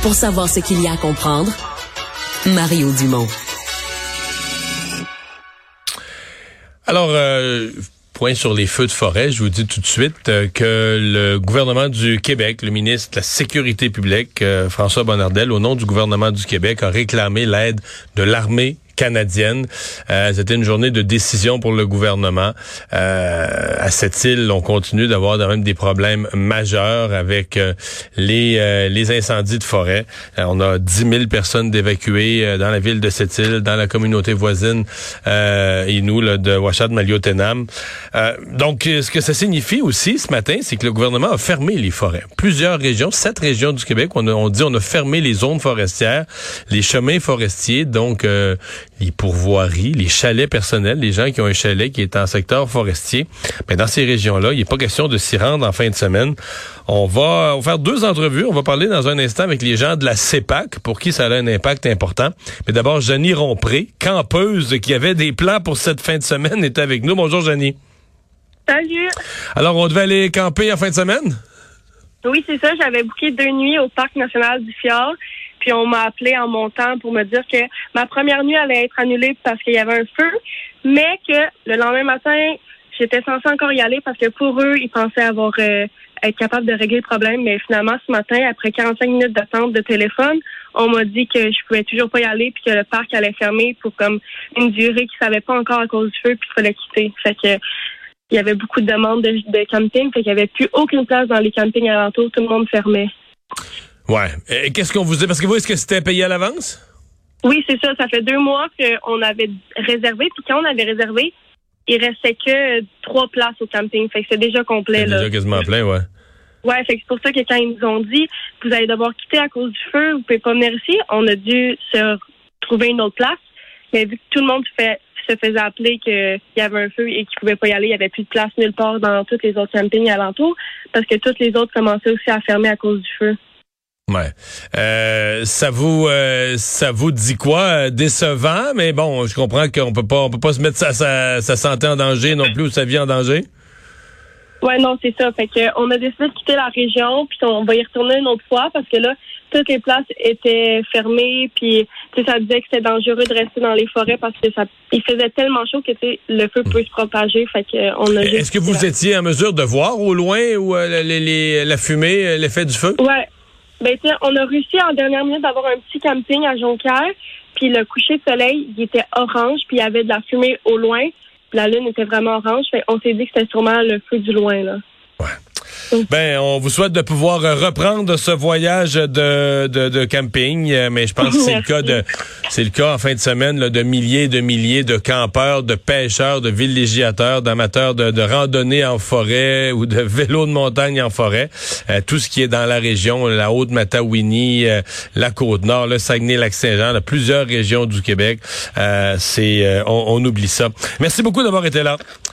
Pour savoir ce qu'il y a à comprendre, Mario Dumont. Alors, point sur les feux de forêt, je vous dis tout de suite que le gouvernement du Québec, le ministre de la Sécurité publique, François Bonnardel, au nom du gouvernement du Québec, a réclamé l'aide de l'armée canadienne. C'était une journée de décision pour le gouvernement. À cette île, on continue d'avoir quand même des problèmes majeurs avec les incendies de forêt. On a 10 000 personnes d'évacuées dans la ville de cette île, dans la communauté voisine Innu de Ouachita-Maliotenam. Donc, ce que ça signifie aussi ce matin, c'est que le gouvernement a fermé les forêts. Plusieurs régions, 7 régions du Québec, on a fermé les zones forestières, les chemins forestiers, donc les pourvoiries, les chalets personnels, les gens qui ont un chalet qui est en secteur forestier. Mais dans ces régions-là, il n'est pas question de s'y rendre en fin de semaine. On va faire 2 entrevues. On va parler dans un instant avec les gens de la CEPAC, pour qui ça a un impact important. Mais d'abord, Janie Rompré, campeuse qui avait des plans pour cette fin de semaine, est avec nous. Bonjour, Janie. Salut! Alors, on devait aller camper en fin de semaine? Oui, c'est ça. J'avais booké 2 nuits au Parc national du Fjord. Puis on m'a appelé en montant pour me dire que ma première nuit allait être annulée parce qu'il y avait un feu, mais que le lendemain matin, j'étais censée encore y aller parce que pour eux, ils pensaient être capables de régler le problème. Mais finalement, ce matin, après 45 minutes d'attente de téléphone, on m'a dit que je pouvais toujours pas y aller puis que le parc allait fermer pour comme une durée qu'ils savaient pas encore à cause du feu puis qu'il fallait quitter. Fait que il y avait beaucoup de demandes de camping, fait qu'il y avait plus aucune place dans les campings alentours, tout le monde fermait. Ouais. Et qu'est-ce qu'on vous dit? Parce que vous, est-ce que c'était payé à l'avance? Oui, c'est ça. Ça fait 2 mois qu'on avait réservé. Puis quand on avait réservé, il restait que 3 places au camping. Fait que c'est déjà complet. C'est déjà quasiment plein, ouais. Ouais, fait que c'est pour ça que quand ils nous ont dit « Vous allez devoir quitter à cause du feu, vous pouvez pas venir ici », on a dû se trouver une autre place. Mais vu que tout le monde se faisait appeler qu'il y avait un feu et qu'ils pouvaient pas y aller, il y avait plus de place nulle part dans tous les autres campings alentours parce que tous les autres commençaient aussi à fermer à cause du feu. Ouais. Ça vous dit quoi? Décevant, mais bon, je comprends qu'on peut pas se mettre sa santé en danger non plus ou sa vie en danger. Ouais, non, c'est ça. Fait que on a décidé de quitter la région, puis on va y retourner une autre fois parce que là, toutes les places étaient fermées, puis ça disait que c'était dangereux de rester dans les forêts parce que il faisait tellement chaud que le feu peut se propager. Fait que on a. Est-ce que vous étiez en mesure de voir au loin où la fumée, l'effet du feu? Ouais. Ben on a réussi en dernière minute d'avoir un petit camping à Jonquière, puis le coucher de soleil, il était orange, puis il y avait de la fumée au loin. La lune était vraiment orange, fait on s'est dit que c'était sûrement le feu du loin là. Ouais. Ben, on vous souhaite de pouvoir reprendre ce voyage de camping, mais je pense que c'est le cas en fin de semaine là, de milliers de campeurs, de pêcheurs, de villégiateurs, d'amateurs de randonnée en forêt ou de vélo de montagne en forêt. Tout ce qui est dans la région, la Haute-Matawini, la Côte-Nord, le Saguenay-Lac-Saint-Jean, plusieurs régions du Québec. On oublie ça. Merci beaucoup d'avoir été là.